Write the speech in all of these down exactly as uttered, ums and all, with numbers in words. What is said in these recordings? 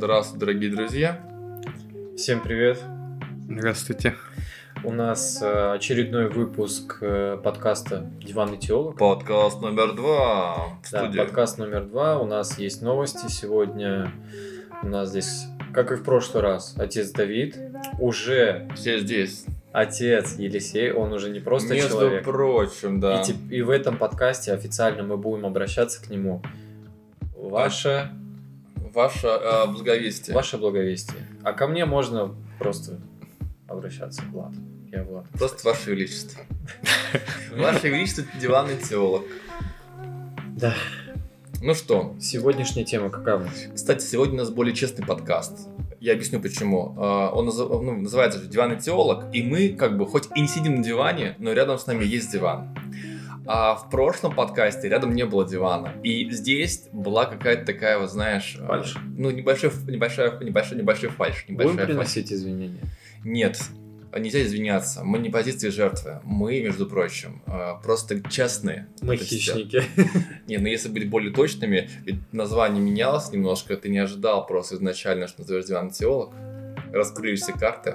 Здравствуйте, дорогие друзья. Всем привет. Здравствуйте. У нас э, очередной выпуск э, подкаста «Диванный теолог». Подкаст номер два в Да, студии. подкаст номер два. У нас есть новости. Сегодня у нас здесь, как и в прошлый раз, отец Давид. Уже Все здесь. отец Елисей. Он уже не просто Между человек. прочим, да. И, тип- и в этом подкасте официально мы будем обращаться к нему. Ваше, Ваше э, благовестие. ваше благовестие. А ко мне можно просто обращаться. Влад. Я Влад. Просто Ваше Величество. Ваше Величество, диванный теолог. Да. Ну что, Сегодняшняя тема какая у нас? кстати, сегодня у нас более честный подкаст. Я объясню почему. Э, Он назыв- ну, называется же «Диванный теолог», и мы как бы хоть и не сидим на диване, но рядом с нами есть диван. А в прошлом подкасте рядом не было дивана. И здесь была какая-то такая, вот знаешь... э, Фальшь? Ну, небольшой, небольшая, небольшой, небольшой фальшь. Будем Небольшая фальшь. приносить извинения? Нет, нельзя извиняться. Мы не позиции жертвы. Мы, между прочим, э, просто честные. Мы Это всё. хищники. Не, ну если быть более точными, ведь название менялось немножко. Ты не ожидал просто изначально, что назовешь диванный теолог. Раскрылись все карты.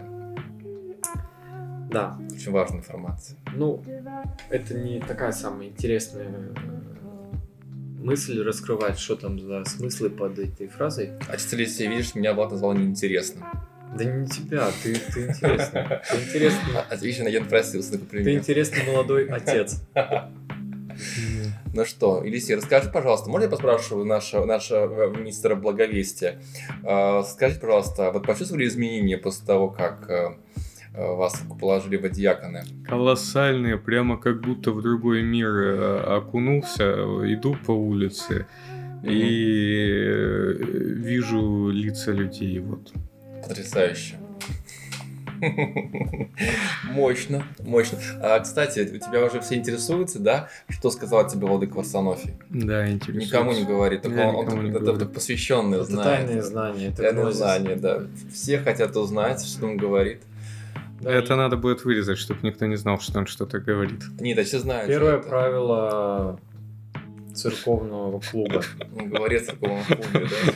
Да. Очень важная информация. Ну, это не такая самая интересная э, мысль раскрывать, что там за смыслы под этой фразой. А если ты видишь, меня Влад назвал неинтересным. Да не тебя, ты, ты интересный. Ты интересный, Отлично, я напросился, такой ты пример. интересный молодой отец. Ну что, Елисей, расскажи, пожалуйста, можно я поспрашиваю нашего, нашего мистера Благовестия? Э, Скажите, пожалуйста, вот почувствовали изменения после того, как э, э, вас положили в диаконы? Колоссальные, прямо как будто в другой мир э, окунулся. Иду по улице и э, вижу лица людей. Вот. Потрясающе. Мощно, мощно. А, кстати, у тебя уже все интересуются, да? Что сказал тебе владыка Варсонофий? Да, интересно. Никому не говорит, только Я он, он никому только, не это, говорю. только посвященные Это знает. тайные знания. Это Тайные гнозис. знания, да. Все хотят узнать, что он говорит. Да, Это и надо будет вырезать, чтобы никто не знал, что он что-то говорит. Нет, да все знают. Первое что это. правило церковного клуба. Он говорит в таком клубе, да.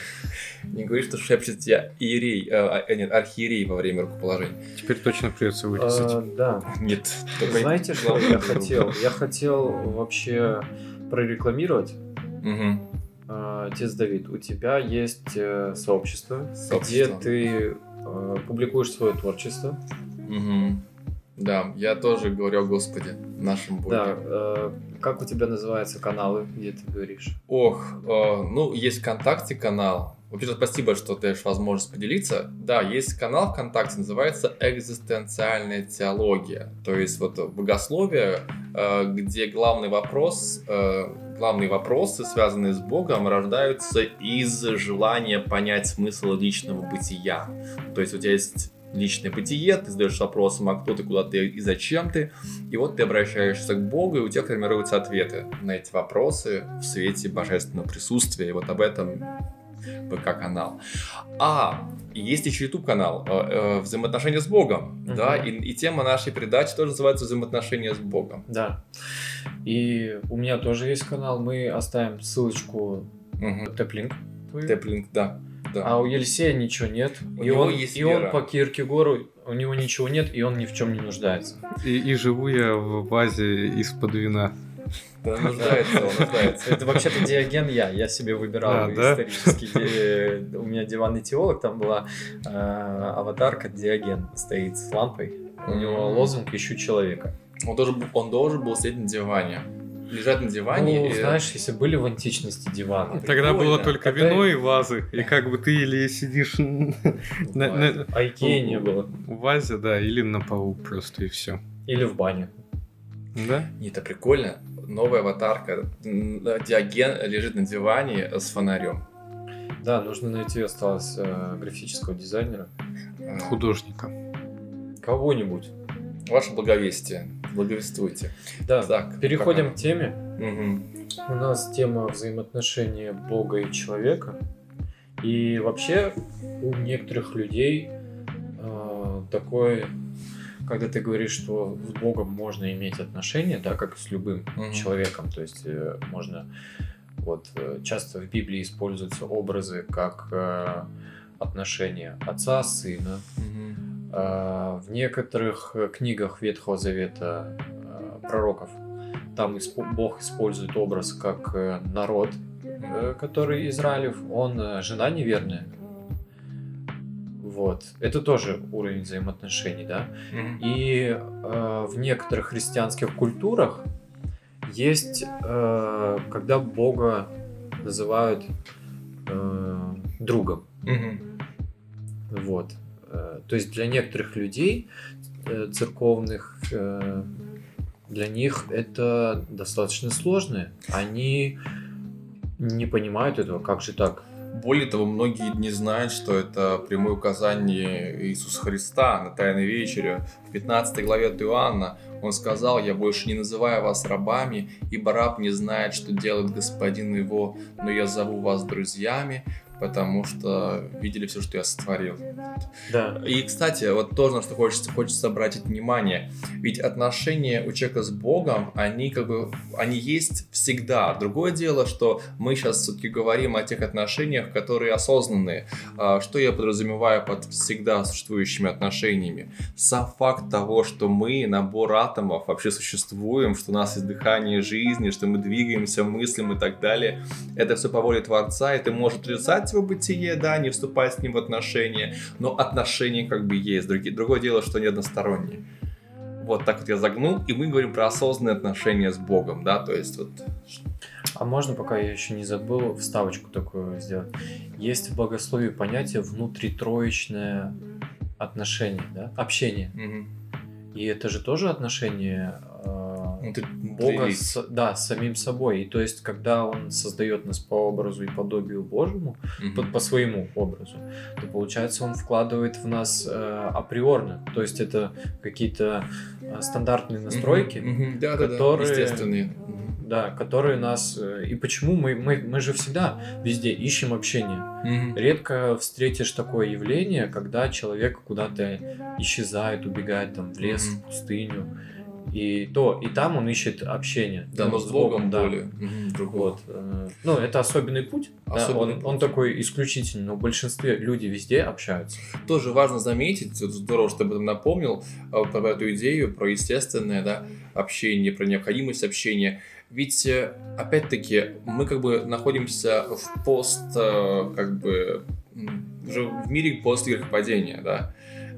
Не говори, что шепчет тебя иерей, э, а, нет, архиерей во время рукоположения. Теперь точно придется вырезать. А, Да. Нет. только Знаете, что главное, я друг друга. хотел? Я хотел вообще прорекламировать. Мгм. А, Отец Давид, у тебя есть э, сообщество, Сообщество. где ты э, публикуешь свое творчество. Мгм. Да, я тоже говорю о Господе, нашем Боге. Да. э, Как у тебя называются каналы, где ты говоришь? Ох, э, ну, есть ВКонтакте канал. Во-первых, спасибо, что ты даешь возможность поделиться. Да, есть канал ВКонтакте, называется «Экзистенциальная теология». То есть вот богословие, э, где главный вопрос, э, главные вопросы, связанные с Богом, рождаются из желания понять смысл личного бытия. То есть у тебя есть личное бытие, ты задаешь вопросом, а кто ты, куда ты и зачем ты. И вот ты обращаешься к Богу, и у тебя формируются ответы на эти вопросы в свете божественного присутствия. И вот об этом ВК-канал. А, есть еще YouTube-канал э, э, «Взаимоотношения с Богом». Мгм. Да, и, и тема нашей передачи тоже называется «Взаимоотношения с Богом». Да. И у меня тоже есть канал. Мы оставим ссылочку Угу. в тэп-линк. Тэплинг, да. да. А у Елисея ничего нет. У и него он, есть и вера. он по Киркегору, у него ничего нет, и он ни в чем не нуждается. И, и живу я в вазе из-под вина. Да, нуждается, он нуждается. Это вообще-то Диоген я. Я себе выбирал А, да? исторический. ди- У меня диванный теолог, там была э, аватарка Диоген стоит с лампой. У него М. лозунг «Ищу человека». Он должен, был- он должен был сидеть на диване. Лежать на диване Ну, и... знаешь, если были в античности диваны. Тогда Прикольно. было только Тогда- вино и вазы. И как бы ты или сидишь на, на- А Икеи не было. в вазе, да, или на полу просто, и все. Или в бане. Да? Нет, это прикольно. Новая аватарка. М, Диоген лежит на диване с фонарем. Да, нужно найти осталось э, графического дизайнера. Художника. Кого-нибудь. Ваше благовестие. Благовествуйте. Да, Так, переходим пока. к теме. Мгм. У нас тема взаимоотношения Бога и человека. И вообще у некоторых людей э, такое, когда ты говоришь, что с Богом можно иметь отношения, да, как с любым Мгм. человеком, то есть э, можно Вот часто в Библии используются образы как э, отношения отца, сына. Мгм. Э, в некоторых книгах Ветхого Завета э, пророков там испо- Бог использует образ как э, народ, э, который Израилев, он э, жена неверная. Вот. Это тоже уровень взаимоотношений, да. Мгм. И э, в некоторых христианских культурах есть, э, когда Бога называют э, другом. Мгм. Вот. Э, То есть для некоторых людей э, церковных, э, для них это достаточно сложно. Они не понимают этого, как же так? Более того, многие не знают, что это прямое указание Иисуса Христа на Тайной вечере. В пятнадцатой главе от Иоанна он сказал: «Я больше не называю вас рабами, ибо раб не знает, что делает господин его, но я зову вас друзьями, потому что видели все, что я сотворил». Да. И, кстати, вот тоже на что хочется, хочется обратить внимание. Ведь отношения у человека с Богом, они как бы, они есть всегда. Другое дело, что мы сейчас все-таки говорим о тех отношениях, которые осознанные. А, Что я подразумеваю под всегда существующими отношениями? Сам факт того, что мы, набор атомов, вообще существуем, что у нас есть дыхание жизни, что мы двигаемся, мыслим и так далее. Это все по воле Творца, и ты можешь отрицать его бытие, да, не вступать с ним в отношения, но отношения как бы есть. Други- Другое дело, что они односторонние. Вот так вот я загнул, и мы говорим про осознанные отношения с Богом, да, то есть вот... А можно, пока я еще не забыл, вставочку такую сделать? Есть в богословии понятие внутритроечное отношение, да? Общение. Мгм. И это же тоже отношение э, Ну, ты- Бога ты- с, да, с самим собой. И то есть, когда Он создает нас по образу и подобию Божьему, Мгм. по, по своему образу, то получается Он вкладывает в нас э, априорно. То есть это какие-то э, стандартные настройки, Мгм. Мгм. Да-да-да, которые- естественные. Мгм. да, которые нас... э, И почему мы, мы, мы же всегда везде ищем общение. Мгм. Редко встретишь такое явление, когда человек куда-то исчезает, убегает там в лес, Мгм. в пустыню. И то, и там он ищет общение. Да, Ну, но с Богом да. более. Мгм. Другого. Вот. э, Ну, это особенный путь. да, Особенный он, путь. он такой исключительный, но в большинстве люди везде общаются. Тоже важно заметить, вот здорово, что ты об этом напомнил, а вот про эту идею, про естественное, да, общение, про необходимость общения. Ведь, э, опять-таки, мы как бы находимся в пост, э, как бы, м, уже в мире после грехопадения, да.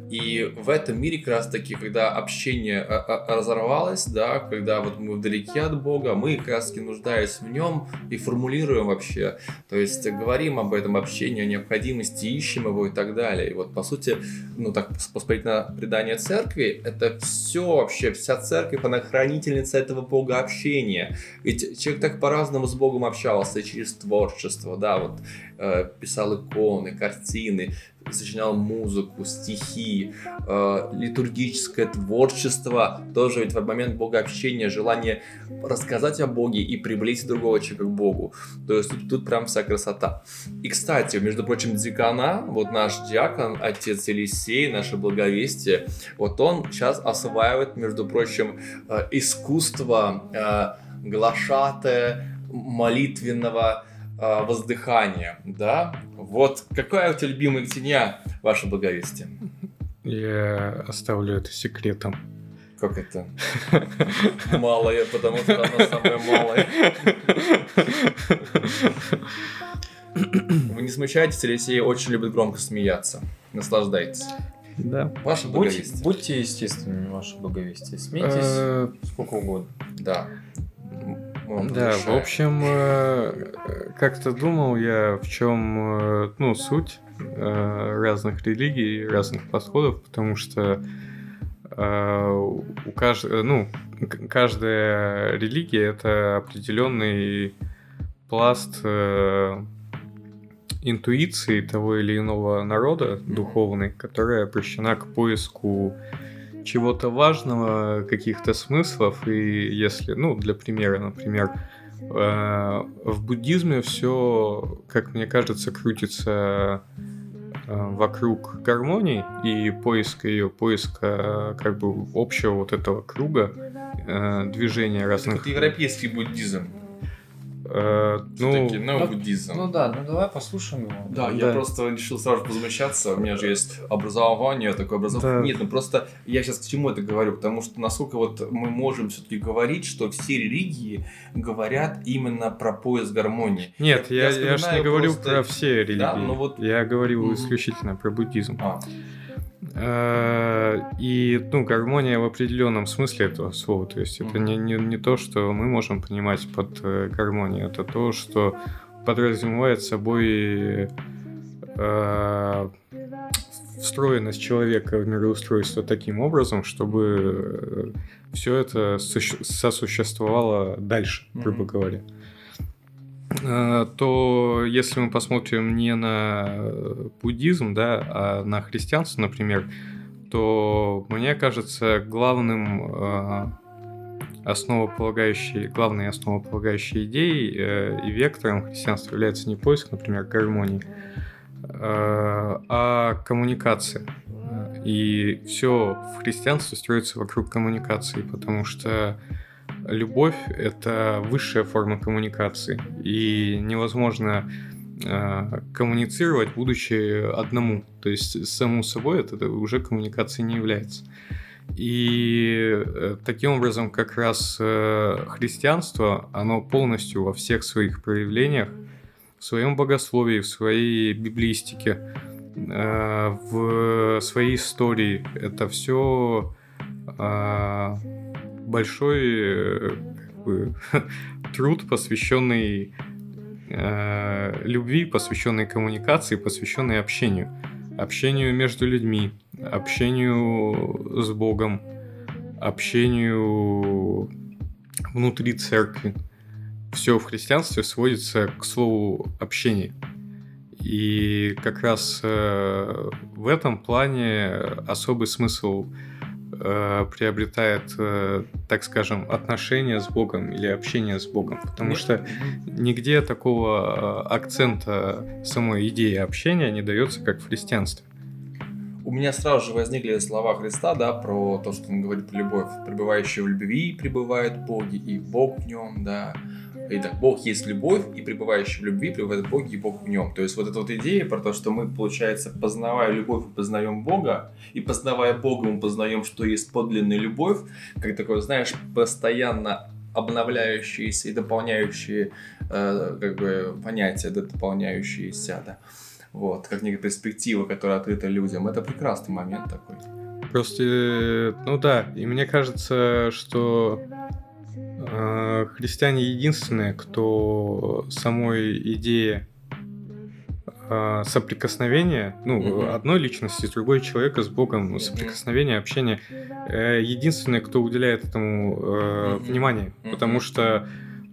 И в этом мире как раз таки, когда общение а, а, разорвалось, да, когда вот мы вдалеке от Бога, мы как раз таки, нуждаясь в нем, и формулируем вообще, то есть говорим об этом общении, о необходимости, ищем его и так далее. И вот по сути, ну так посмотреть на предание церкви, это все вообще, вся церковь, она хранительница этого Бога общения. Ведь человек так по-разному с Богом общался и через творчество, да, вот э, писал иконы, картины, сочинял музыку, стихи, э, литургическое творчество, тоже ведь в момент богообщения, желание рассказать о Боге и приблизить другого человека к Богу. То есть тут, тут прям вся красота. И, кстати, между прочим, дьякона, вот наш диакон, отец Елисей, наше благовестие, вот он сейчас осваивает, между прочим, э, искусство э, глашатая, молитвенного э, воздыхания, да? Вот какая у тебя любимая ктеня, ваше благовестие? Я оставлю это секретом. Как это? Малая, потому что она самая малая. Вы не смущайтесь, Алексей очень любит громко смеяться. Наслаждайтесь. Да. Ваше Будь- благовестие. будьте естественными, ваше благовестие. Смейтесь Э, сколько угодно. Да. Мы вам Да, в разрешаем. общем, э, как-то думал я, в чем, э, ну, суть э, разных религий, разных подходов, потому что э, у каждой, ну, к- каждая религия это определенный пласт э, интуиции того или иного народа духовной, которая обращена к поиску чего-то важного, каких-то смыслов. И если, ну, для примера, например, э, в буддизме все, как мне кажется, крутится э, вокруг гармонии и поиска ее, поиска как бы общего вот этого круга, э, движения разных... Это европейский буддизм. Э, Все-таки ну, необуддизм. Ну да, ну давай послушаем его. Да, Да. я просто решил сразу возмущаться. У меня же есть образование, такое образование. Да. Нет, ну просто я сейчас к чему это говорю? Потому что насколько вот мы можем все-таки говорить, что все религии говорят именно про поиск гармонии. нет, я, я, ж не вспоминаю говорил просто- про все религии. Да, ну вот- Я говорил Мгм. исключительно про буддизм. А, Э, И, ну, гармония в определенном смысле этого слова. То есть это Мгм. не, не, не то, что мы можем понимать под э, гармонией, это то, что подразумевает собой э, встроенность человека в мироустройство таким образом, чтобы все это суще- сосуществовало дальше, грубо Мгм. говоря. Э, То если мы посмотрим не на буддизм, да, а на христианство, например, то мне кажется, главным э, основополагающей, главной основополагающей идеей э, и вектором христианства является не поиск, например, гармонии, э, а коммуникация. И все в христианстве строится вокруг коммуникации, потому что любовь — это высшая форма коммуникации, и невозможно э, коммуницировать, будучи одному. То есть саму собой это уже коммуникацией не является. И э, таким образом как раз э, христианство, оно полностью во всех своих проявлениях, в своем богословии, в своей библистике, э, в своей истории, это все большой э, как бы, труд, посвященный э, любви, посвященный коммуникации, посвященный общению. Общению между людьми, общению с Богом, общению внутри церкви. Все в христианстве сводится к слову «общение». И как раз э, в этом плане особый смысл э, приобретает, э, так скажем, отношения с Богом или общение с Богом. Потому что нигде такого акцента самой идеи общения не дается, как в христианстве. У меня сразу же возникли слова Христа, да, про то, что он говорит про любовь. Пребывающий в любви пребывает в Боге, и Бог в нем, да. Итак, Бог есть любовь, и пребывающий в любви пребывает в Боге, и Бог в нем. То есть вот эта вот идея про то, что мы, получается, познавая любовь, мы познаем Бога, и познавая Бога, мы познаем, что есть подлинная любовь, как такое, знаешь, постоянно обновляющиеся и дополняющие э, как бы понятия, да, дополняющиеся, да. Вот, как некая перспектива, которая открыта людям. Это прекрасный момент такой. Просто, ну да, и мне кажется, что э, христиане единственные, кто самой идее э, соприкосновения, ну, Мгм. одной личности с другой человека, с Богом, соприкосновения, общения, э, единственные, кто уделяет этому э, Мгм. внимание. Мгм. Потому что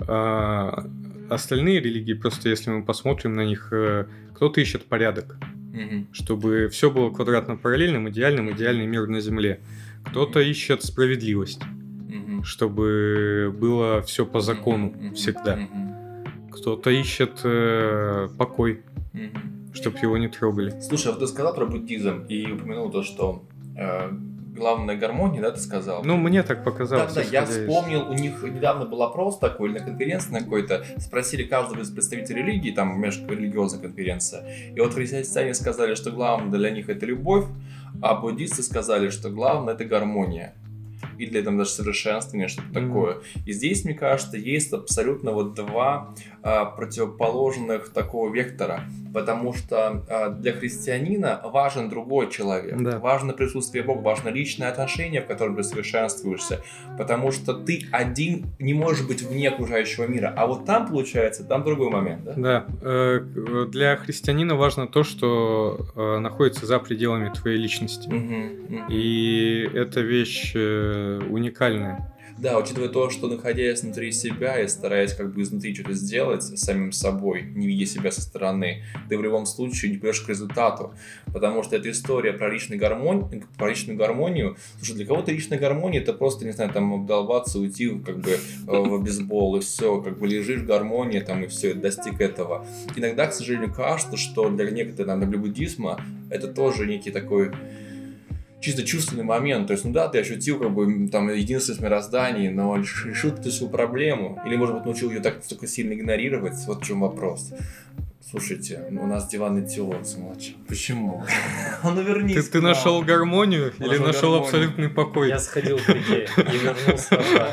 э, остальные религии, просто если мы посмотрим на них, э, кто-то ищет порядок, Мгм. чтобы все было квадратно-параллельным, идеальным, идеальный мир на Земле. Кто-то ищет справедливость, Мгм. чтобы было все по закону Мгм. всегда. Мгм. Кто-то ищет э, покой, Мгм. чтобы его не трогали. Слушай, вот ты сказал про буддизм и упомянул то, что э, главная гармония, да, ты сказал? Ну, мне так Да, показалось. да, я исходя из- вспомнил, у них недавно был опрос такой, или на конференции на какой-то, спросили каждого из представителей религии, там межрелигиозная конференция, и вот христиане сказали, что главное для них это любовь, а буддисты сказали, что главное это гармония. И для этого даже совершенствование, что-то Мгм. такое. И здесь, мне кажется, есть абсолютно вот два а, противоположных такого вектора. Потому что а, для христианина важен другой человек. Да. Важно присутствие Бога, важно личное отношение, в котором ты совершенствуешься. Потому что ты один не можешь быть вне окружающего мира. А вот там, получается, там другой момент, да? Да, э, для христианина важно то, что э, находится за пределами твоей личности. Мгм, мгм. И эта вещь э, уникальная. Да, учитывая то, что находясь внутри себя и стараясь как бы изнутри что-то сделать с самим собой, не видя себя со стороны, ты в любом случае не придешь к результату. Потому что эта история про личную гармонию, про личную гармонию, слушай, для кого-то личная гармония это просто, не знаю, там обдолбаться, уйти как бы в бейсбол и все, как бы лежишь в гармонии там и все, достиг этого. Иногда, к сожалению, кажется, что для некоторых, там, для буддизма это тоже некий такой чисто чувственный момент. То есть, ну да, ты ощутил как бы там единственность в мироздании, но решил ты свою проблему. Или, может быть, научил ее так только сильно игнорировать. Вот в чем вопрос. Слушайте, у нас диванный телос младший. Почему? Ну вернись. Ты, ты нашел гармонию или нашел гармонию. Абсолютный покой? Я сходил к реке и вернулся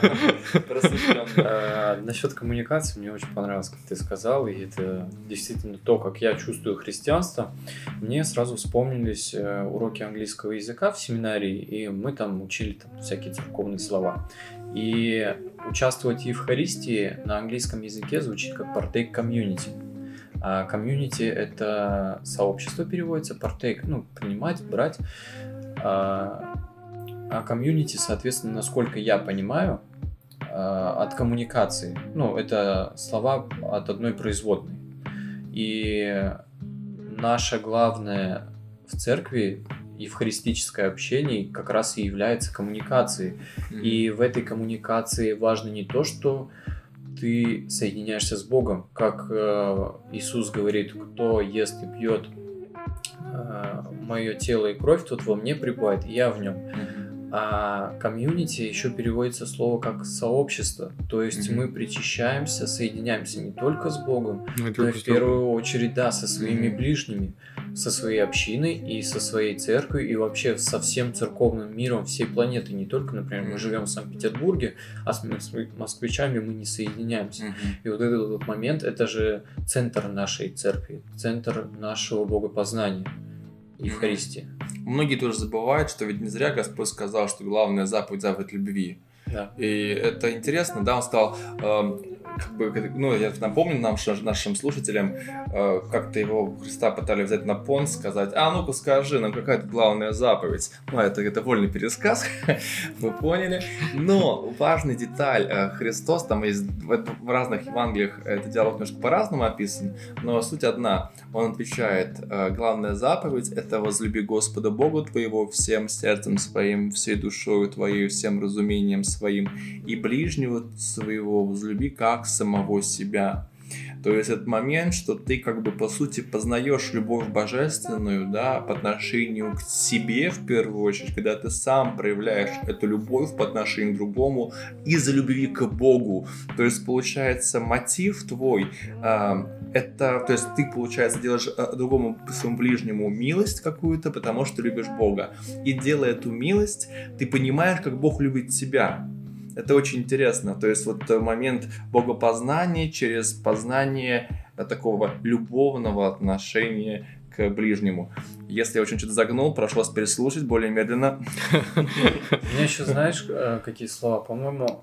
обратно. Насчет коммуникации мне очень понравилось, как ты сказал, и это действительно то, как я чувствую христианство. Мне сразу вспомнились уроки английского языка в семинарии, и мы там учили там всякие церковные слова. И участвовать в Евхаристии на английском языке звучит как partake community. А комьюнити — это сообщество, переводится, партейк, ну, принимать, брать. А комьюнити, соответственно, насколько я понимаю, от коммуникации. Ну, это слова от одной производной. И наше главное в церкви, евхаристическое общение как раз и является коммуникацией. Mm-hmm. И в этой коммуникации важно не то, что ты соединяешься с Богом, как э, Иисус говорит: кто ест и пьет э, мое тело и кровь, тот во мне пребывает, и я в нем. Mm-hmm. А комьюнити еще переводится слово как сообщество, то есть mm-hmm. мы причащаемся, соединяемся не только с Богом, но и в первую очередь, да, со своими mm-hmm. ближними, со своей общиной и со своей церковью, и вообще со всем церковным миром всей планеты. Не только, например, мы живем в Санкт-Петербурге, а с москвичами мы не соединяемся. Mm-hmm. И вот этот вот момент, это же центр нашей церкви, центр нашего богопознания, Евхаристии. Многие тоже забывают, что ведь не зря Господь сказал, что главная заповедь — заповедь любви. Да. И это интересно, да, он сказал, э, как бы, ну, я напомню нам, нашим слушателям, э, как-то его Христа пытались взять на понт, сказать: а ну-ка скажи нам, какая это главная заповедь. Ну, это, это вольный пересказ, вы поняли. Но важная деталь, э, Христос, там есть в, в разных Евангелиях этот диалог немножко по-разному описан, но суть одна. Он отвечает: э, главная заповедь — это возлюби Господа Бога твоего всем сердцем своим, всей душою твоей, всем разумением своим, и ближнего своего возлюби как самого себя. То есть этот момент, что ты как бы по сути познаешь любовь божественную, да, по отношению к себе в первую очередь, когда ты сам проявляешь эту любовь по отношению к другому из-за любви к Богу. То есть получается мотив твой, э, это, то есть ты, получается, делаешь другому, своему ближнему милость какую-то, потому что любишь Бога. И делая эту милость, ты понимаешь, как Бог любит тебя. Это очень интересно. То есть вот момент богопознания через познание такого любовного отношения к ближнему. Если я очень что-то загнул, прошу вас переслушать более медленно. Мне еще, знаешь, какие слова? По-моему,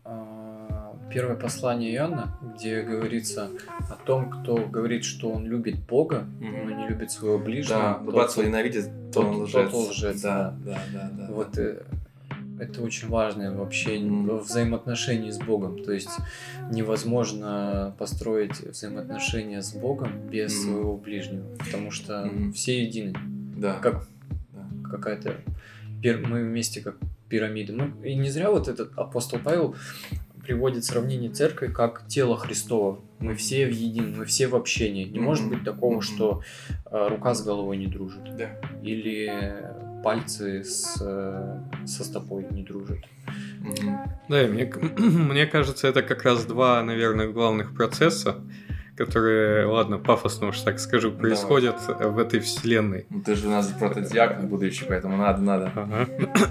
первое послание Иоанна, где говорится о том, кто говорит, что он любит Бога, но не любит своего ближнего. Да, брат свой ненавидит, то он лжец. Тот лжец, да. Да, да, да. Вот это очень важное вообще mm. взаимоотношение с Богом. То есть невозможно построить взаимоотношения с Богом без mm. своего ближнего, потому что mm. все едины. Да. Как да. какая-то... Мы вместе как пирамида. Мы... И не зря вот этот апостол Павел приводит сравнение церкви как тело Христово. Мы все в един, мы все в общении. Не mm-hmm. может быть такого, mm-hmm. что э, рука с головой не дружит. Да. Или пальцы с, со стопой не дружат. Mm-hmm. Да, и мне, мне кажется, это как раз два, наверное, главных процесса, которые, ладно, пафосно уж так скажу, происходят Давай. в этой вселенной. Ну, ты же у нас протодиакон будущий, поэтому надо, надо. Ага.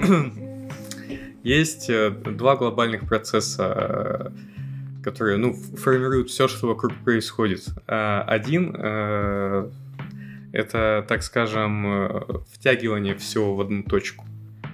Есть два глобальных процесса, которые, ну, формируют все, что вокруг происходит. Один — это, так скажем, втягивание всего в одну точку,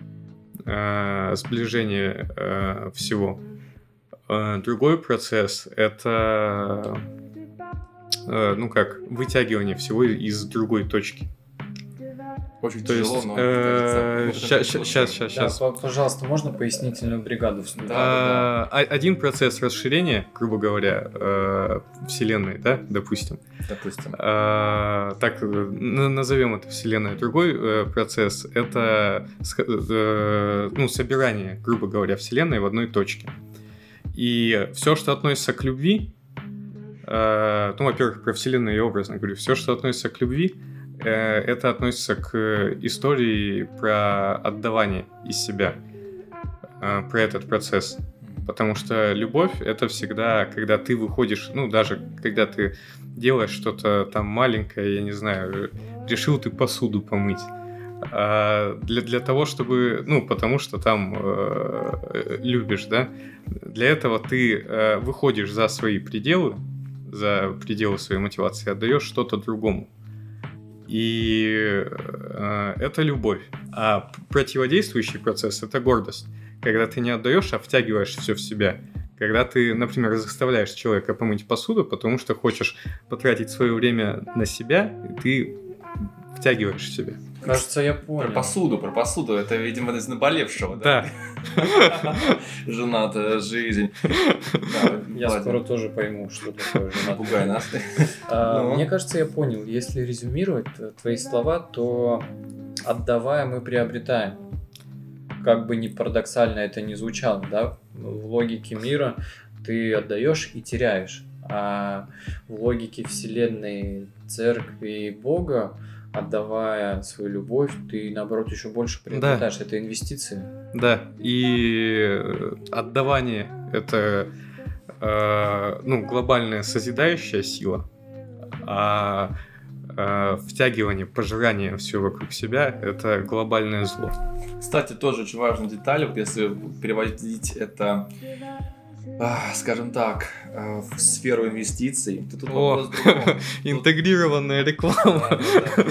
сближение всего. Другой процесс — это, ну как, вытягивание всего из другой точки. Очень То тяжело, есть, но... э, щас, щас, щас, щас. Да, пожалуйста, можно пояснительную бригаду? Да, да, да. Один процесс расширения, грубо говоря, э, Вселенной, да, допустим. Допустим. Э, так назовем это Вселенной. Другой э, процесс — это э, ну, собирание, грубо говоря, Вселенной в одной точке. И все, что относится к любви, э, ну, во-первых, про Вселенную я образно говорю, все, что относится к любви, это относится к истории про отдавание из себя, про этот процесс. Потому что любовь — это всегда, когда ты выходишь, ну, даже когда ты делаешь что-то там маленькое, я не знаю, решил ты посуду помыть. А для, для того, чтобы, ну, потому что там э, любишь, да, для этого ты э, выходишь за свои пределы, за пределы своей мотивации, отдаешь что-то другому. И э, это любовь. А противодействующий процесс — это гордость. Когда ты не отдаешь, а втягиваешь все в себя. Когда ты, например, заставляешь человека помыть посуду, потому что хочешь потратить свое время на себя, и ты втягиваешь в себя. Кажется, я понял. Про посуду, про посуду. Это, видимо, из наболевшего, да? Да. Женатая жизнь. Я скоро тоже пойму, что такое женатая. Пугай нас. Мне кажется, я понял. Если резюмировать твои слова, то отдавая, мы приобретаем. Как бы ни парадоксально это ни звучало, да, в логике мира ты отдаешь и теряешь, а в логике Вселенной, Церкви и Бога, отдавая свою любовь, ты, наоборот, еще больше приобретаешь. Да. Это инвестиции. Да, и отдавание — это э, ну, глобальная созидающая сила, а э, втягивание, пожирание всего вокруг себя — это глобальное зло. Кстати, тоже очень важная деталь, вот если переводить это, скажем так, в сферу инвестиций, то тут О, вопрос другого. интегрированная реклама.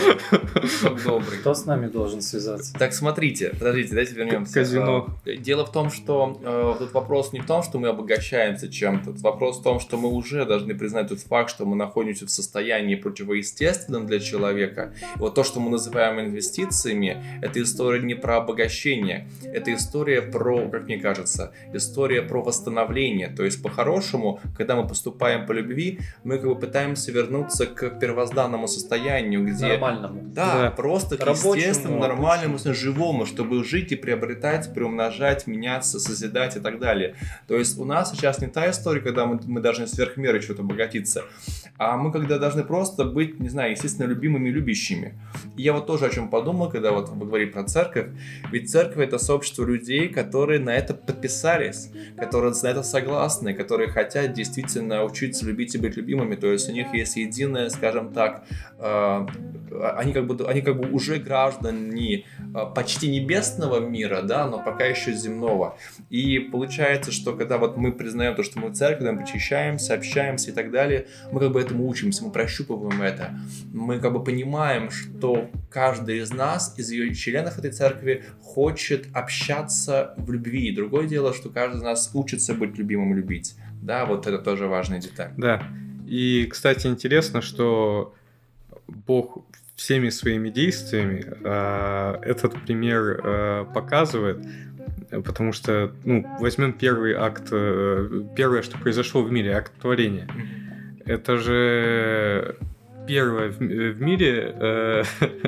Добрый. Кто с нами должен связаться? Так, смотрите, подождите, давайте вернемся. Казино. Дело в том, что э, тут вопрос не в том, что мы обогащаемся чем-то, тут вопрос в том, что мы уже должны признать тот факт, что мы находимся в состоянии противоестественном для человека. И вот то, что мы называем инвестициями, это история не про обогащение, это история про, как мне кажется, история про восстановление. То есть, по-хорошему, когда мы поступаем по любви, мы как бы пытаемся вернуться к первозданному состоянию, где... Нормальному. Да, да. Просто к рабочему, естественному, нормальному, живому, чтобы жить и приобретать, приумножать, меняться, созидать и так далее. То есть у нас сейчас не та история, когда мы, мы должны сверх меры что-то обогатиться, а мы когда должны просто быть, не знаю, естественно, любимыми, любящими. И я вот тоже о чем подумал, когда вот вы говорили про церковь. Ведь церковь — это сообщество людей, которые на это подписались, которые на это согласны, которые хотят действительно учиться любить и быть любимыми. То есть у них есть единое, скажем так, э, они как бы, они как бы уже граждане э, почти небесного мира, да, но пока еще земного. И получается, что когда вот мы признаем то, что мы в церкви, мы причащаемся, общаемся и так далее, мы как бы этому учимся, мы прощупываем это. Мы как бы понимаем, что каждый из нас, из ее членов этой церкви, хочет общаться в любви. Другое дело, что каждый из нас учится быть любимым, любить. Да, вот это тоже важная деталь. Да. И, кстати, интересно, что Бог всеми своими действиями э, этот пример э, показывает, потому что, ну, возьмем первый акт, э, первое, что произошло в мире, акт творения. Mm-hmm. Это же первое в, в мире э,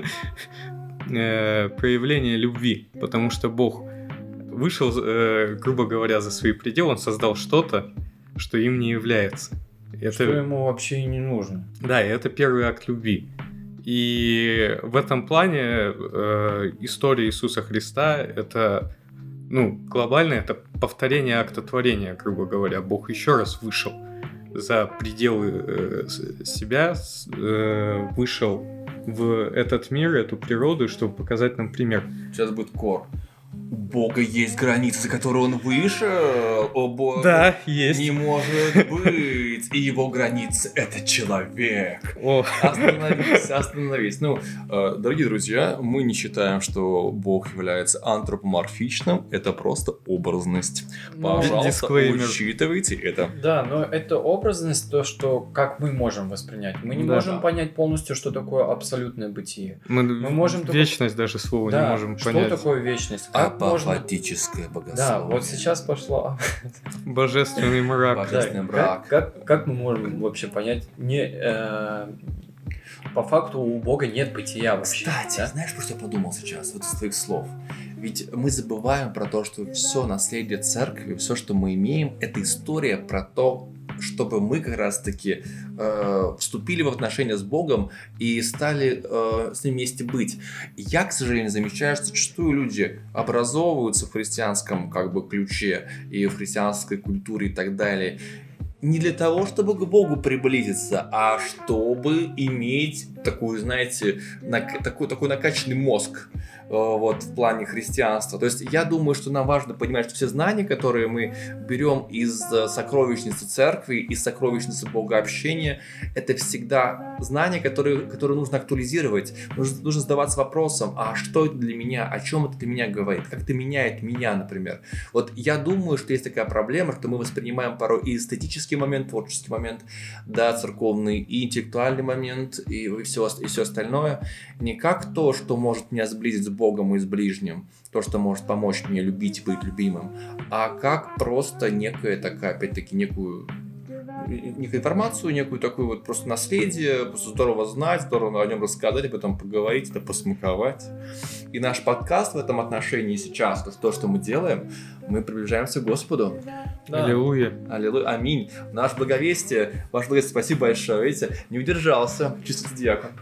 э, проявление любви, потому что Бог вышел, э, грубо говоря, за свои пределы, он создал что-то, что им не является. Это... Что ему вообще и не нужно. Да, и это первый акт любви. И в этом плане э, история Иисуса Христа — это, ну, глобально, это повторение акта творения, грубо говоря. Бог еще раз вышел за пределы э, себя, э, вышел в этот мир, эту природу, чтобы показать нам пример. Сейчас будет кор. У Бога есть границы, за которые он вышел. О Бог, да, есть. Не может быть. И его границы — это человек. О. Остановись, остановись. Ну, э, дорогие друзья, мы не считаем, что Бог является антропоморфичным. Это просто образность. Пожалуйста, дисклеймер. Учитывайте это. Да, но это образность, то, что как мы можем воспринять. Мы не да. можем понять полностью, что такое абсолютное бытие. Мы, мы можем вечность только... даже слова да, не можем что понять. Что такое вечность? Апофатическое можно... богословие. Да, вот сейчас пошло... Божественный мрак. Божественный да, брак. Как, как, как мы можем вообще понять? Не, э, по факту у Бога нет бытия вообще. Кстати, да? знаешь, про что я подумал сейчас, вот из твоих слов? Ведь мы забываем про то, что все наследие церкви, все, что мы имеем, это история про то, чтобы мы как раз-таки э, вступили в отношения с Богом и стали э, с ним вместе быть. Я, к сожалению, замечаю, что зачастую люди образовываются в христианском как бы ключе и в христианской культуре и так далее. Не для того, чтобы к Богу приблизиться, а чтобы иметь такую, знаете, нак- такой, такой накачанный мозг э, вот, в плане христианства. То есть я думаю, что нам важно понимать, что все знания, которые мы берем из э, сокровищницы церкви, из сокровищницы богообщения, это всегда знания, которые, которые нужно актуализировать. Нужно, нужно задаваться вопросом, а что это для меня, о чем это для меня говорит, как это меняет меня, например. Вот я думаю, что есть такая проблема, что мы воспринимаем порой и эстетический момент, творческий момент, да, церковный, и интеллектуальный момент, и все, и все остальное, не как то, что может меня сблизить с Богом и с ближним, то, что может помочь мне любить и быть любимым, а как просто некая такая, опять-таки, некую некую информацию, некую такую вот просто наследие, просто здорово знать, здорово о нем рассказать, а потом поговорить, это посмаковать. И наш подкаст в этом отношении сейчас, то, то что мы делаем, мы приближаемся к Господу. Да. Аллилуйя. Аллилуйя. Аминь. Наш благовестие, ваше благовестие, спасибо большое. Видите, не удержался, чувствуется диакон.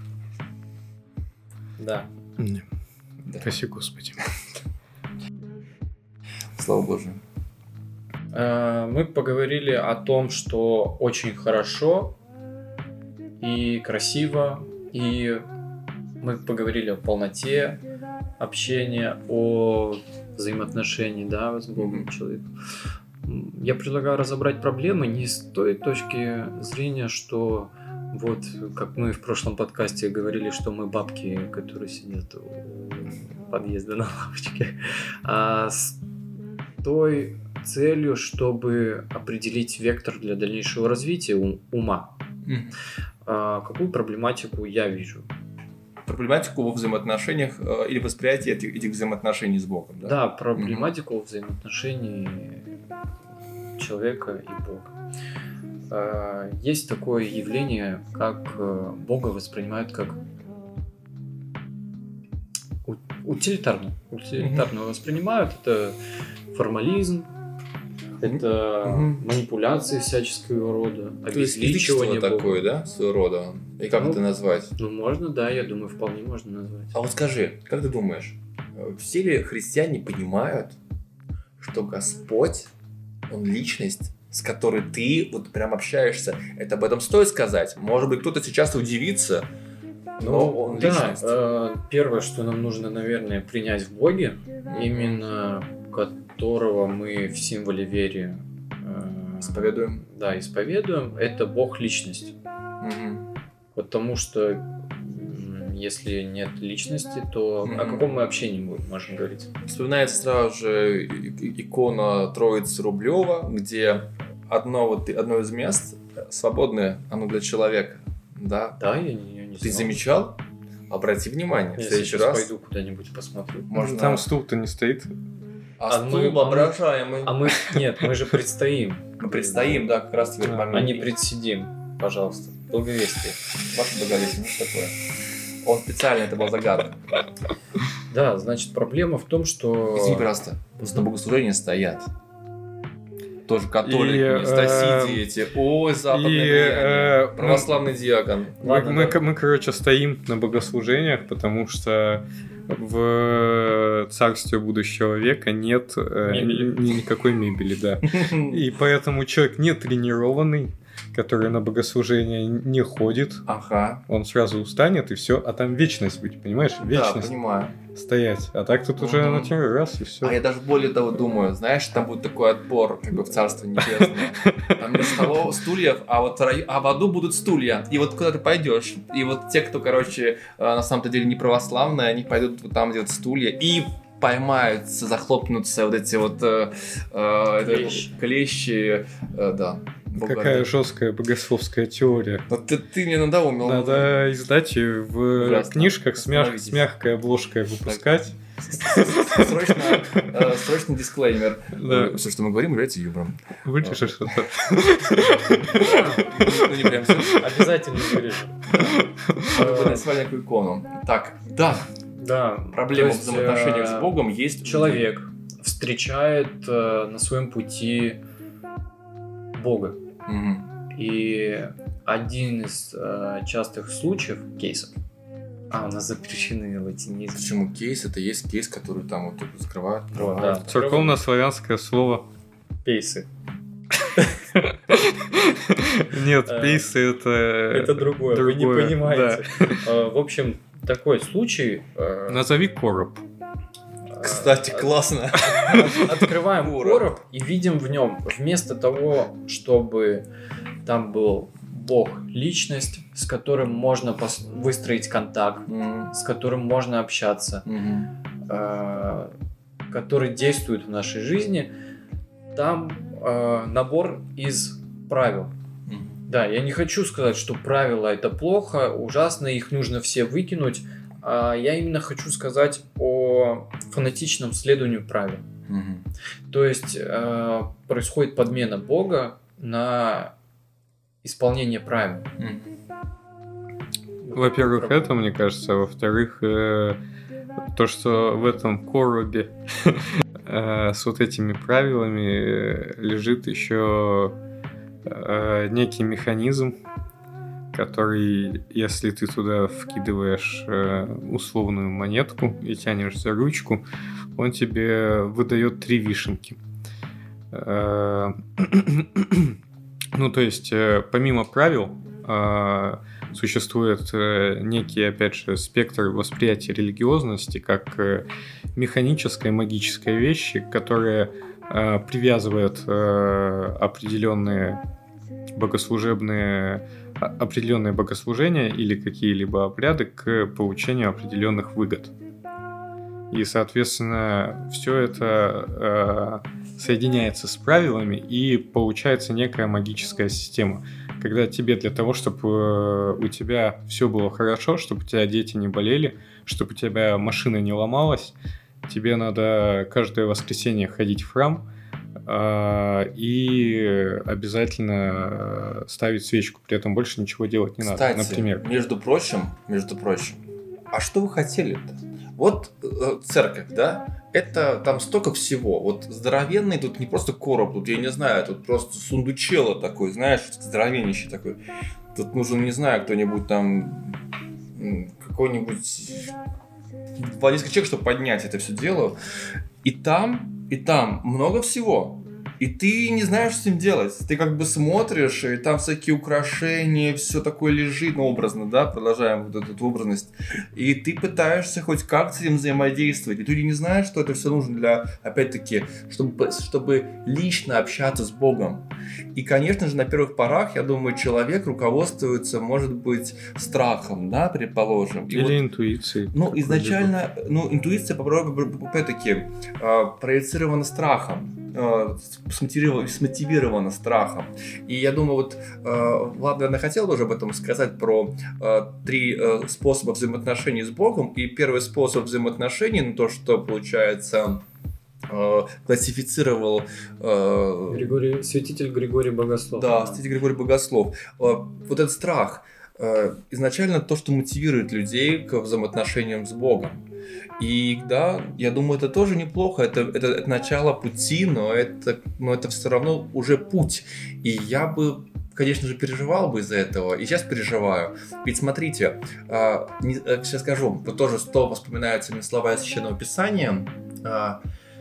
Да. да. Спасибо, Господи. Слава Божию. Мы поговорили о том, что очень хорошо и красиво, и мы поговорили о полноте общения, о взаимоотношении, да, с Богом mm-hmm. человека. Я предлагаю разобрать проблемы не с той точки зрения, что вот, как мы в прошлом подкасте говорили, что мы бабки, которые сидят у подъезда на лавочке, а с той целью, чтобы определить вектор для дальнейшего развития ума. Mm. А, какую проблематику я вижу? Проблематику во взаимоотношениях э, или восприятии этих, этих взаимоотношений с Богом. Да, да проблематику mm-hmm. взаимоотношений человека и Бога. А, есть такое явление, как Бога воспринимают как утилитарно. Утилитарно mm-hmm. воспринимают. Это формализм, это угу. манипуляции всяческого рода, обезличивание такое, да, своего рода? И как ну, это назвать? Ну, можно, да, я думаю, вполне можно назвать. А вот скажи, как ты думаешь, все ли христиане понимают, что Господь, Он личность, с которой ты вот прям общаешься? Это об этом стоит сказать? Может быть, кто-то сейчас удивится, но ну, Он да, личность. Э, первое, что нам нужно, наверное, принять в Боге, mm-hmm. именно которого мы в символе веры э, исповедуем. Да, исповедуем, это Бог личность. Угу. Потому что если нет личности, то угу. о каком мы общении можем говорить? Вспоминается сразу же икона Троицы Рублева, где одно, вот, одно из мест свободное, оно для человека. Да, да я не, я не Ты знал. Замечал? Обрати внимание. Я в следующий сейчас раз пойду куда-нибудь посмотрю. Можно... Там стул-то не стоит. А, а стул воображаемый. А мы, нет, мы же предстоим. Мы предстоим, да, как раз в этот момент. А не предсидим, пожалуйста. Благовестие. Ваше благовестие, ну что такое? Он специально, это была загадка. Да, значит, проблема в том, что... Извини, пожалуйста, просто на богослужении стоят. Тоже католики, стасиди эти. Ой, западное влияние. Православный диакон. Мы, мы, мы, короче, стоим на богослужениях, потому что в царстве будущего века нет мебели. Ни, никакой мебели, да. И поэтому человек не тренированный, который на богослужение не ходит, ага. он сразу устанет и все, а там вечность быть, понимаешь? Вечность. Да, понимаю. Стоять. А так тут уже на первый раз и все. А я даже более того думаю, знаешь, там будет такой отбор, как бы в Царство Небесное. Там без столов, стульев, а вот а в аду будут стулья. И вот куда ты пойдешь, и вот те, кто, короче, на самом-то деле не православные, они пойдут вот там, где вот стулья, и поймаются, захлопнутся вот эти вот э, э, клещи, клещи э, да. Какая жесткая богословская теория. Вот ты, ты мне надоумил. Надо издать ее в Ужасно. Книжках с, мяг... с мягкой обложкой выпускать. Срочно, э, срочно дисклеймер. Да. Все, что мы говорим, является юмором. Вырежешь это. Обязательно вырежем. Мы нарисовали некую икону. Так, да. Да. Проблема в взаимоотношениях с Богом есть. Человек встречает на своем пути Бога. Угу. И один из э, частых случаев, кейсов, а, у нас запрещены латинизмы. Почему кейс? Это есть кейс, который там вот закрывают. Вот, да. Церковно-славянское слово. Пейсы. Нет, пейсы это... Это другое, вы не понимаете. В общем, такой случай... Назови короб. Кстати, классно. Открываем короб и видим в нем, вместо того, чтобы там был Бог, личность, с которым можно пос- выстроить контакт, mm-hmm. с которым можно общаться, mm-hmm. э- который действует в нашей жизни, там э- набор из правил. Mm-hmm. Да, я не хочу сказать, что правила это плохо, ужасно, их нужно все выкинуть. А я именно хочу сказать о фанатичном следованию правил. Mm-hmm. То есть э- происходит подмена Бога на исполнение правил. Mm. Во-первых, это, мне кажется, а во-вторых, э, то, что в этом коробе э, с вот этими правилами лежит еще э, некий механизм, который, если ты туда вкидываешь э, условную монетку и тянешь за ручку, он тебе выдает три вишенки. Э, Ну, то есть, э, помимо правил, э, существует э, некий, опять же, спектр восприятия религиозности как э, механической, магической вещи, которая э, привязывает э, определенные богослужебные, определенные богослужения или какие-либо обряды к получению определенных выгод. И, соответственно, все это э, соединяется с правилами, и получается некая магическая система. Когда тебе для того, чтобы э, у тебя все было хорошо, чтобы у тебя дети не болели, чтобы у тебя машина не ломалась, тебе надо каждое воскресенье ходить в храм э, и обязательно ставить свечку. При этом больше ничего делать не Кстати, надо. Например, между прочим, между прочим, а что вы хотели-то? Вот э, церковь, да, это там столько всего. Вот здоровенный тут не просто короб, тут, я не знаю, тут просто сундучело такой, знаешь, здоровеннейший такой. Тут нужен, не знаю, кто-нибудь там, какой-нибудь два несколько человек, чтобы поднять это все дело. И там, и там много всего. И ты не знаешь, что с ним делать. Ты как бы смотришь, и там всякие украшения, все такое лежит, ну, образно, да, продолжаем вот эту образность. И ты пытаешься хоть как с этим взаимодействовать. И люди не знают, что это все нужно для, опять-таки, чтобы, чтобы лично общаться с Богом. И, конечно же, на первых порах, я думаю, человек руководствуется, может быть, страхом, да, предположим. И или вот, интуицией. Ну, изначально, ну, интуиция, опять-таки, проецирована страхом. Смотивировано, смотивировано страхом. И я думаю, вот э, Влад, наверное, хотел тоже об этом сказать, про э, три э, способа взаимоотношений с Богом. И первый способ взаимоотношений, ну, то, что, получается, э, классифицировал... Э, Григорий, святитель Григорий Богослов. Да, святитель Григорий Богослов. Э, вот этот страх. Э, изначально то, что мотивирует людей к взаимоотношениям с Богом. И да, я думаю, это тоже неплохо, это, это, это начало пути, но это, но это все равно уже путь. И я бы, конечно же, переживал бы из-за этого, и сейчас переживаю. Ведь смотрите, э, не, э, сейчас скажу, вот тоже снова вспоминаются мне слова из Священного Писания, э,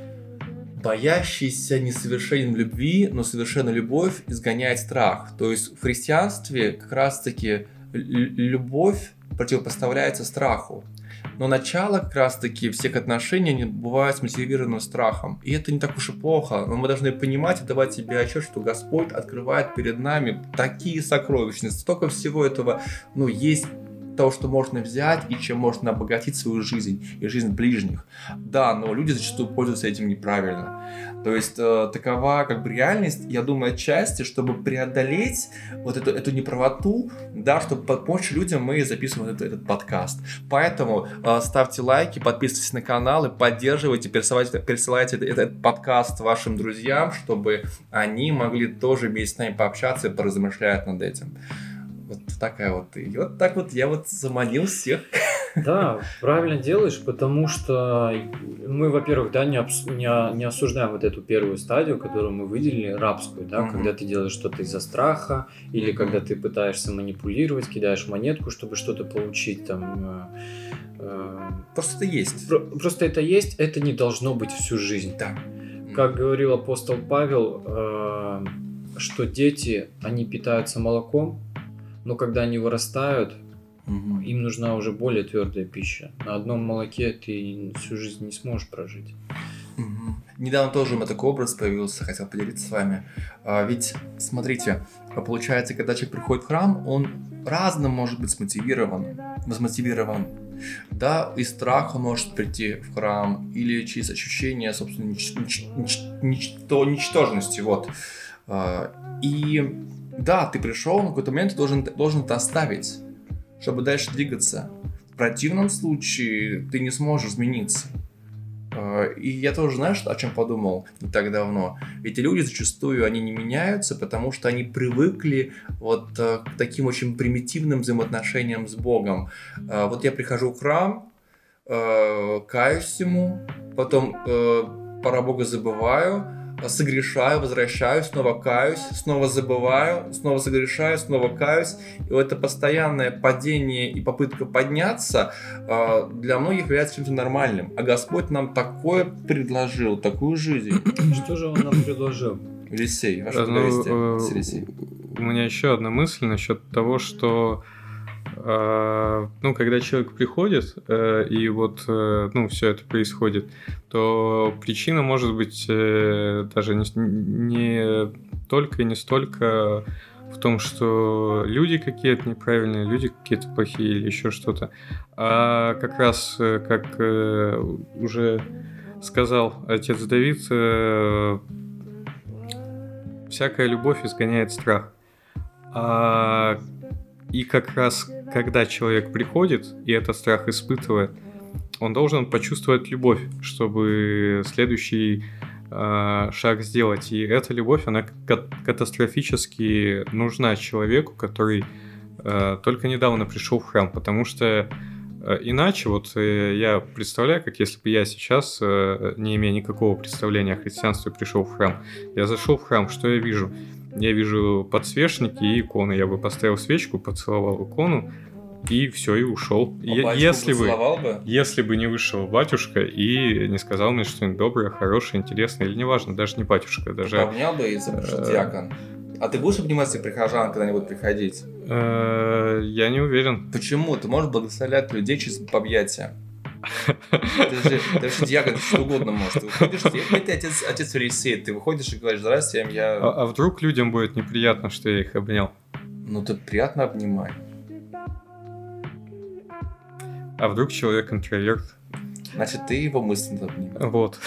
боящийся несовершенен в любви, но совершенная любовь изгоняет страх. То есть в христианстве как раз-таки любовь противопоставляется страху. Но начало как раз-таки всех отношений бывает мотивировано страхом. И это не так уж и плохо. Но мы должны понимать и давать себе отчет, что Господь открывает перед нами такие сокровищницы. Столько всего этого, ну, есть того, что можно взять и чем можно обогатить свою жизнь и жизнь ближних. Да, но люди зачастую пользуются этим неправильно. То есть э, такова как бы реальность, я думаю, отчасти, чтобы преодолеть вот эту, эту неправоту, да, чтобы помочь людям, мы записываем этот, этот подкаст. Поэтому э, ставьте лайки, подписывайтесь на канал и поддерживайте, пересылайте, пересылайте этот, этот подкаст вашим друзьям, чтобы они могли тоже вместе с нами пообщаться и поразмышлять над этим. Вот такая вот. И вот так вот я вот заманил всех. Да, правильно делаешь, потому что мы, во-первых, да, не, обс- не, не осуждаем вот эту первую стадию, которую мы выделили, рабскую, да, Мгм. когда ты делаешь что-то из-за страха, или Мгм. когда ты пытаешься манипулировать, кидаешь монетку, чтобы что-то получить, там... э, э, Просто это есть. про- просто это есть, это не должно быть всю жизнь. Да. Как говорил апостол Павел, э, что дети, они питаются молоком, но когда они вырастают, Мгм. им нужна уже более твердая пища. На одном молоке ты всю жизнь не сможешь прожить. Мгм. Недавно тоже у меня такой образ появился, хотел поделиться с вами. А, ведь, смотрите, а получается, когда человек приходит в храм, он разным может быть смотивирован, возмотивирован. Да, из страха может прийти в храм, или через ощущение, собственно, нич- нич- нич- ничто- ничтожности, вот. А, И да, ты пришел, на какой-то момент ты должен, должен это оставить, чтобы дальше двигаться. В противном случае ты не сможешь измениться. Э, И я тоже, знаешь, о чем подумал не так давно? Эти люди зачастую, они не меняются, потому что они привыкли вот э, к таким очень примитивным взаимоотношениям с Богом. Э, Вот я прихожу в храм, э, каюсь ему, потом э, про Бога забываю, э, согрешаю, возвращаюсь, снова каюсь, снова забываю, снова согрешаю, снова каюсь. И вот это постоянное падение и попытка подняться э, для многих является чем-то нормальным. А Господь нам такое предложил, такую жизнь. Что же он нам предложил? Елисей, ваше Ну, благовестие. э, Елисей. У меня еще одна мысль насчет того, что э, ну, когда человек приходит, э, и вот э, ну, все это происходит, то причина может быть э, даже не, не только и не столько в том, что люди какие-то неправильные, люди какие-то плохие или еще что-то, а как раз, э, как э, уже сказал отец Давид, э, всякая любовь изгоняет страх. А, и как раз, когда человек приходит и этот страх испытывает, он должен почувствовать любовь, чтобы следующий а, шаг сделать. И эта любовь, она ка- катастрофически нужна человеку, который а, только недавно пришел в храм, потому что а, иначе, вот э, я представляю, как если бы я сейчас, э, не имея никакого представления о христианстве, пришел в храм. Я зашел в храм, что я вижу? Я вижу подсвечники и иконы. Я бы поставил свечку, поцеловал икону, и все, и ушел. А Е- батюшку если бы, поцеловал бы? если бы не вышел батюшка и не сказал мне что-нибудь доброе, хорошее, интересное, или неважно, даже не батюшка, даже... Обнял бы и запрещал э, диакон. А ты будешь обнимать всех прихожан, когда они будут приходить? э, Я не уверен. Почему? Ты можешь благословлять людей через объятия. Ты же, ты же диакон, ты что угодно можешь. Ты выходишь, ты, ты отец, отец Елисей, ты выходишь и говоришь: здрасте, я... А, а вдруг людям будет неприятно, что я их обнял? Ну, ты приятно обнимай. А вдруг человек интроверт? Значит, ты его мысленно обнимай. Вот.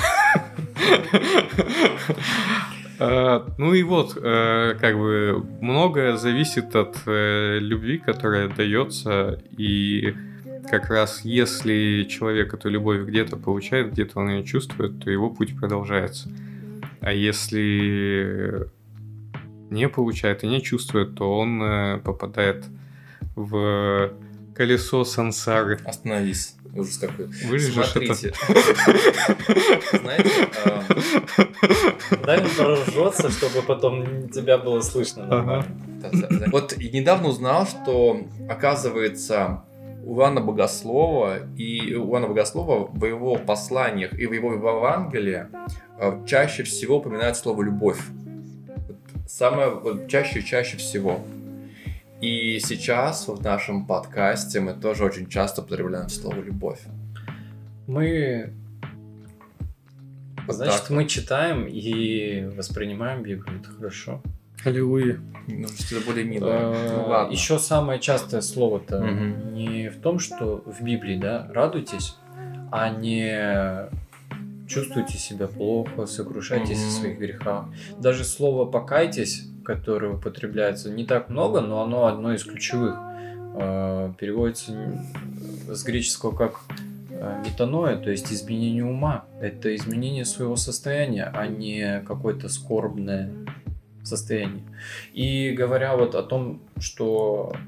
Э, Ну и вот, э, как бы многое зависит от э, любви, которая дается, и как раз если человек эту любовь где-то получает, где-то он ее чувствует, то его путь продолжается. А если не получает и не чувствует, то он э, попадает в колесо сансары. Остановись. Ужас какой. Вырежешь это? Смотрите. Знаете, а, Дай он проржется, чтобы потом тебя было слышно нормально. да-да-да. Вот и недавно узнал, что, оказывается, у Иоанна Богослова и у Иоанна Богослова в его посланиях и в его Евангелии а, чаще всего упоминается слово «любовь». Вот самое вот, чаще и чаще всего. И сейчас в нашем подкасте мы тоже очень часто употребляем слово «любовь». Мы, Вот значит, так мы читаем и воспринимаем Библию, это хорошо. Аллилуйя. Ну, что-то более милое. Ну, ладно. Еще самое частое слово-то Мгм. не в том, что в Библии, да, радуйтесь, а не чувствуйте себя плохо, сокрушайтесь Мгм. о своих грехах. Даже слово «покайтесь», которое употребляется не так много, но оно одно из ключевых. Э, Переводится с греческого как э, метаноя, то есть изменение ума. Это изменение своего состояния, а не какое-то скорбное состояние. И говоря вот о том, что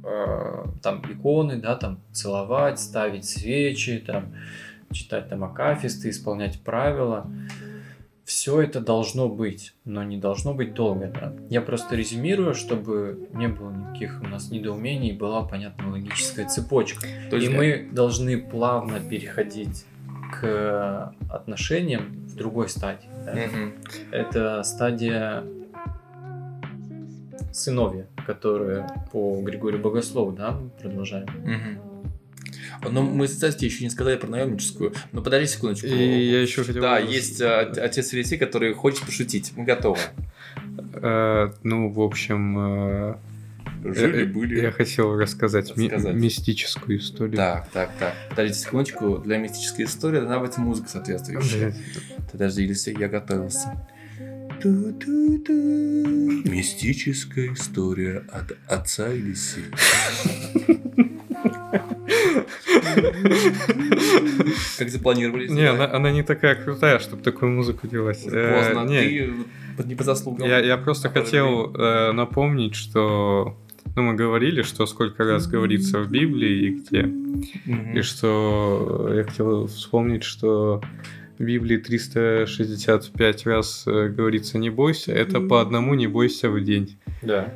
э, там иконы, да, там целовать, ставить свечи, там читать там акафисты, исполнять правила. Все это должно быть, но не должно быть долго. Да? Я просто резюмирую, чтобы не было никаких у нас недоумений, была понятна логическая цепочка. То есть И мы должны плавно переходить к отношениям в другой стадии. Да? Мгм. Это стадия сыновья, которая по Григорию Богослову, да, мы продолжаем. Мгм. Но мы, кстати, еще не сказали про наемническую. Но подожди секундочку. И я еще хотел... Да, есть а, отец Елисей, который хочет пошутить. Мы готовы. Э, ну, в общем, э, Жили-были. я хотел рассказать, ми- Рассказать. мистическую историю. Так, так, так. Подождите секундочку. Для мистической истории должна быть музыка соответствующая. Подожди, Елисей, я готовился. Ту-ту-ту. Мистическая история от отца Елисея. Как запланировали? Не, она, она не такая крутая, чтобы такую музыку делать. Э, Поздно, не, ты не по заслугам. я, я просто Который хотел э, напомнить, что ну, мы говорили, что сколько раз говорится в Библии и где. Мгм. И что я хотел вспомнить, что в Библии триста шестьдесят пять раз э, говорится «не бойся», это по одному «не бойся» в день. Да.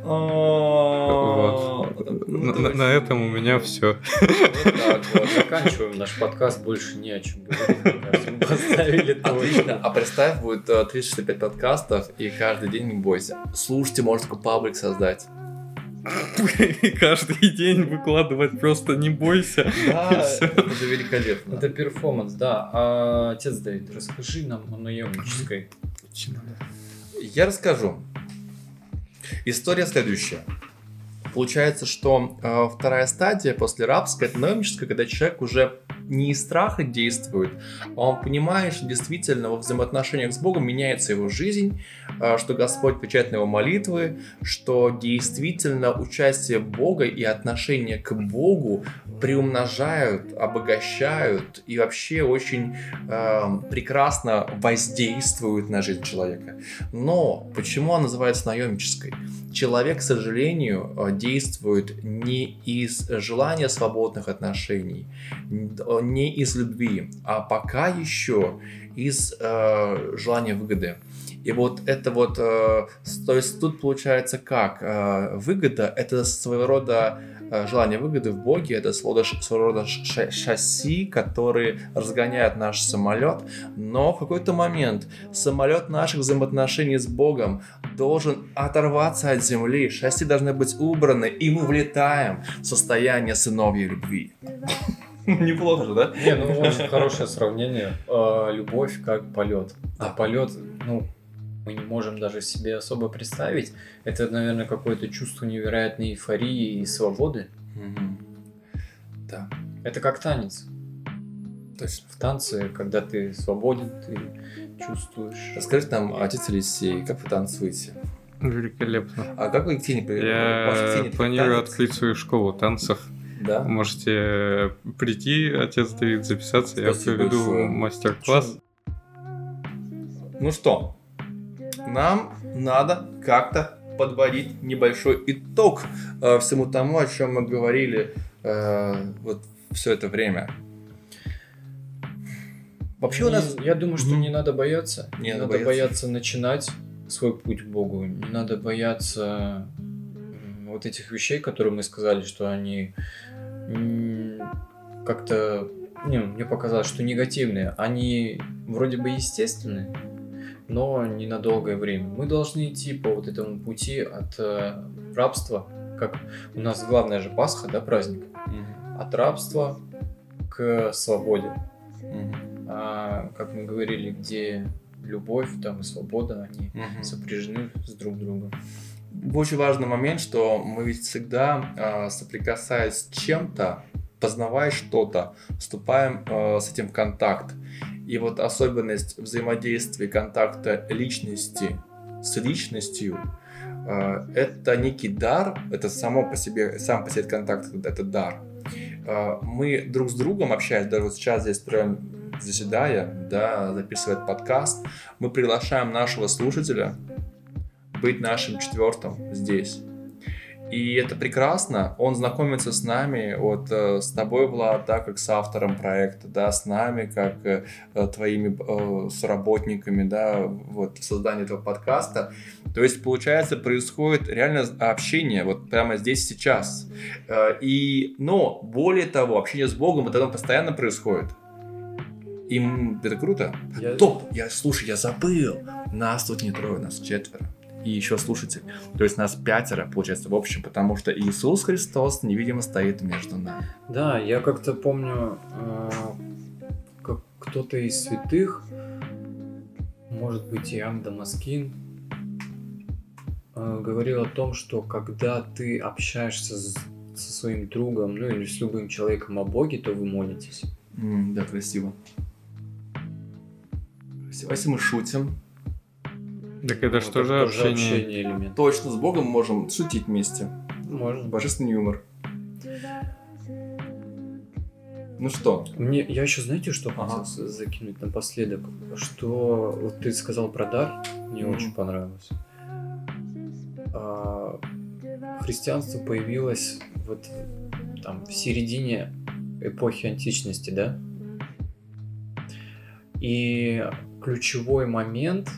Вот. Ну, На, на этом у меня все. Вот так вот. Заканчиваем наш подкаст, больше не о чем говорить. Мне кажется, мы поставили Отлично. точку. А представь, будет э, триста шестьдесят пять подкастов, и каждый день не бойся. Слушайте, можно такой паблик создать. Каждый день выкладывать просто «не бойся». Да, это же великолепно. Это перформанс, да. А, отец Давид, расскажи нам о наемнической. Я расскажу. История следующая. Получается, что э, вторая стадия после рабской, это наемническая, когда человек уже не из страха действует, а он понимает, что действительно во взаимоотношениях с Богом меняется его жизнь, э, что Господь отвечает на его молитвы, что действительно участие Бога и отношение к Богу приумножают, обогащают и вообще очень э, прекрасно воздействуют на жизнь человека. Но почему она называется наемнической? Человек, к сожалению, э, действует не из желания свободных отношений, не из любви, а пока еще из э, желания выгоды. И вот это вот, э, то есть тут получается как? Э, выгода – это своего рода э, желание выгоды в Боге, это своего рода, своего рода ш- шасси, который разгоняет наш самолет, но в какой-то момент самолет наших взаимоотношений с Богом должен оторваться от земли, шасси должны быть убраны, и мы влетаем в состояние сыновьей любви. Неплохо же, да? Не, ну очень хорошее сравнение. А, любовь как полет. А Да. полет, ну, мы не можем даже себе особо представить. Это, наверное, какое-то чувство невероятной эйфории и свободы. Да. Это как танец. То есть, В танце, когда ты свободен, ты чувствуешь... расскажите нам, отец Елисей, как вы танцуете? Великолепно. А как вы к тени при- ваши Я тени планирую танец? открыть свою школу танцев. Да? Можете прийти, отец Давид, записаться. Я Спасибо проведу большое. мастер-класс. Ну что, нам надо как-то подводить небольшой итог э, всему тому, о чем мы говорили э, вот все это время. Вообще у нас... Не- Я думаю, что Мгм. не надо бояться. Не Не надо надо бояться. бояться начинать свой путь к Богу. Не надо бояться м, вот этих вещей, которые мы сказали, что они м, как-то... Не, мне показалось, что негативные. Они вроде бы естественны, но не на долгое время. Мы должны идти по вот этому пути от э, рабства, как у нас главная же Пасха, да, праздник, Мгм. от рабства к свободе. Мгм. А, как мы говорили, где любовь там и свобода, они Мгм. сопряжены с друг другом. Очень важный момент, что мы ведь всегда, э, соприкасаясь с чем-то, познавая что-то, вступаем э, с этим в контакт. И вот особенность взаимодействия, контакта личности с личностью, э, это некий дар, это само по себе, сам по себе контакт, это дар. Э, мы друг с другом общаясь, даже вот сейчас здесь строим заседая, да, записывает подкаст, мы приглашаем нашего слушателя быть нашим четвертым здесь. И это прекрасно. Он знакомится с нами, вот э, с тобой, Влад, да, как с автором проекта, да, с нами, как э, твоими э, соработниками, да, вот в создании этого подкаста. То есть, получается, происходит реально общение вот прямо здесь, сейчас. Э, и, но, более того, общение с Богом, это постоянно происходит. И это круто. Я... Топ! Я, слушай, я забыл. Нас тут не трое, нас четверо. И еще слушатель. То есть нас пятеро, получается, в общем, потому что Иисус Христос невидимо стоит между нами. Да, я как-то помню, э, как кто-то из святых, может быть, Иоанн Дамаскин, э, говорил о том, что когда ты общаешься с, со своим другом, ну или с любым человеком о Боге, то вы молитесь. Mm, да, красиво. Красиво. А если мы шутим? Так это что же общение? общение элемент. Точно, с Богом можем шутить вместе. Можно. Божественный юмор. Ну что? Мне, я еще, знаете, что ага. хотел закинуть напоследок? Что вот ты сказал про дар, мне mm-hmm. очень понравилось. А, христианство появилось вот там в середине эпохи античности, да? И ключевой момент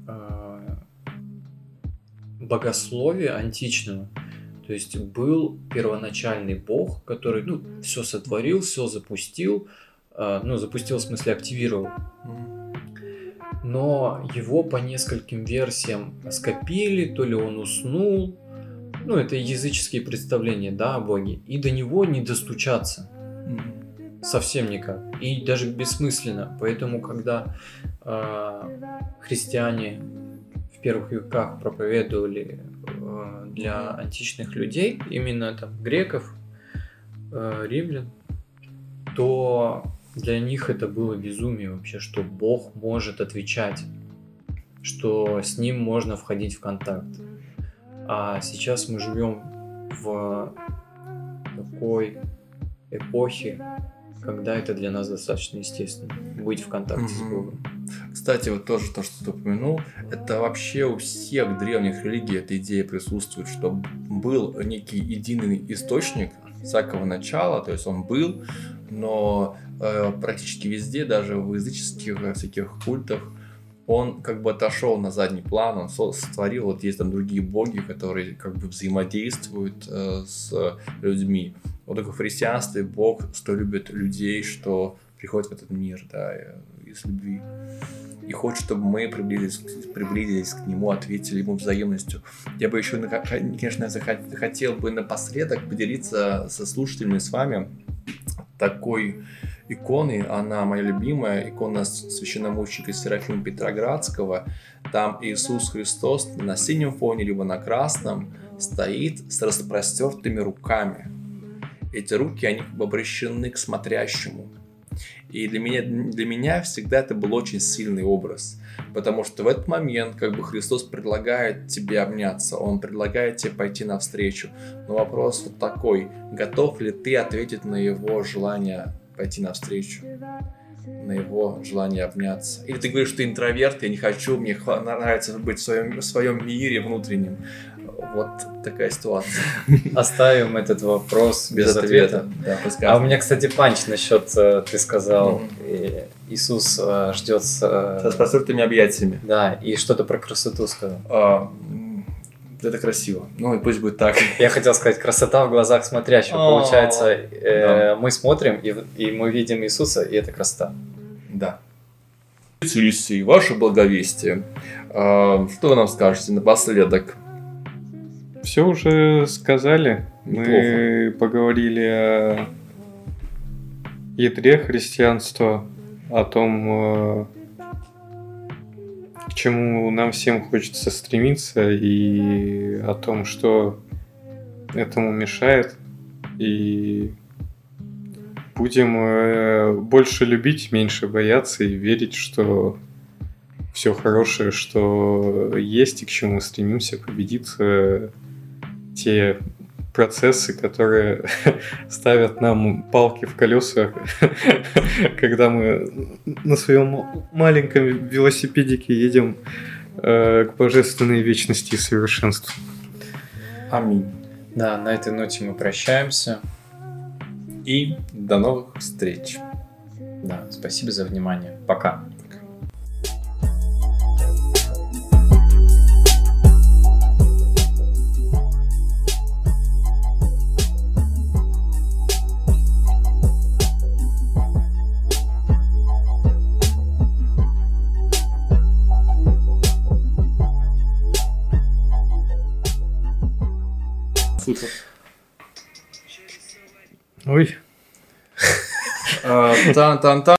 богословия античного, то есть был первоначальный бог, который, ну, все сотворил, все запустил, э, ну, запустил в смысле активировал, но его по нескольким версиям скопили, то ли он уснул, ну, это языческие представления, да, о боге, и до него не достучаться совсем никак, и даже бессмысленно, поэтому когда э, христиане в первых веках проповедовали э, для античных людей, именно там греков, э, римлян, то для них это было безумие вообще, что Бог может отвечать, что с ним можно входить в контакт. А сейчас мы живем в такой эпохе, когда это для нас достаточно естественно, быть в контакте mm-hmm. с Богом. Кстати, вот тоже то, что ты упомянул, это вообще у всех древних религий эта идея присутствует, что был некий единый источник всякого начала, то есть он был, но э, практически везде, даже в языческих всяких культах, он как бы отошел на задний план, он сотворил, вот есть там другие боги, которые как бы взаимодействуют э, с людьми. Вот только в христианстве Бог, что любит людей, что приходит в этот мир, да, из любви. И хочет, чтобы мы приблизились, приблизились к Нему, ответили Ему взаимностью. Я бы еще, конечно, захотел бы напоследок поделиться со слушателями, с вами такой иконой. Она моя любимая, икона священномученика Серафима Петроградского. Там Иисус Христос на синем фоне, либо на красном, стоит с распростертыми руками. Эти руки, они как бы обращены к смотрящему. И для меня, для меня всегда это был очень сильный образ. Потому что в этот момент как бы Христос предлагает тебе обняться. Он предлагает тебе пойти навстречу. Но вопрос вот такой. Готов ли ты ответить на его желание пойти навстречу? На его желание обняться? Или ты говоришь, что ты интроверт, я не хочу, мне нравится быть в своем, в своем мире внутреннем. Вот такая ситуация. Оставим этот вопрос без, без ответа. ответа. Да, а у меня, кстати, панч насчет, ты сказал, mm-hmm. Иисус ждет с... с распростертыми объятиями. Да, и что-то про красоту сказал. А, это красиво. Ну и пусть будет так. Я хотел сказать, красота в глазах смотрящего. Получается, э, мы смотрим, и, и мы видим Иисуса, и это красота. Да. И ваше благовестие. А, что вы нам скажете напоследок? Все уже сказали. Неплохо. Мы поговорили о ядре христианства, о том, к чему нам всем хочется стремиться, и о том, что этому мешает. И будем больше любить, меньше бояться и верить, что все хорошее, что есть и к чему стремимся, победит те процессы, которые ставят нам палки в колеса, когда мы на своем маленьком велосипедике едем к божественной вечности и совершенству. Аминь. Да, на этой ноте мы прощаемся. И до новых встреч. Да, спасибо за внимание. Пока. Супер. Ой. Тан-тан-тан.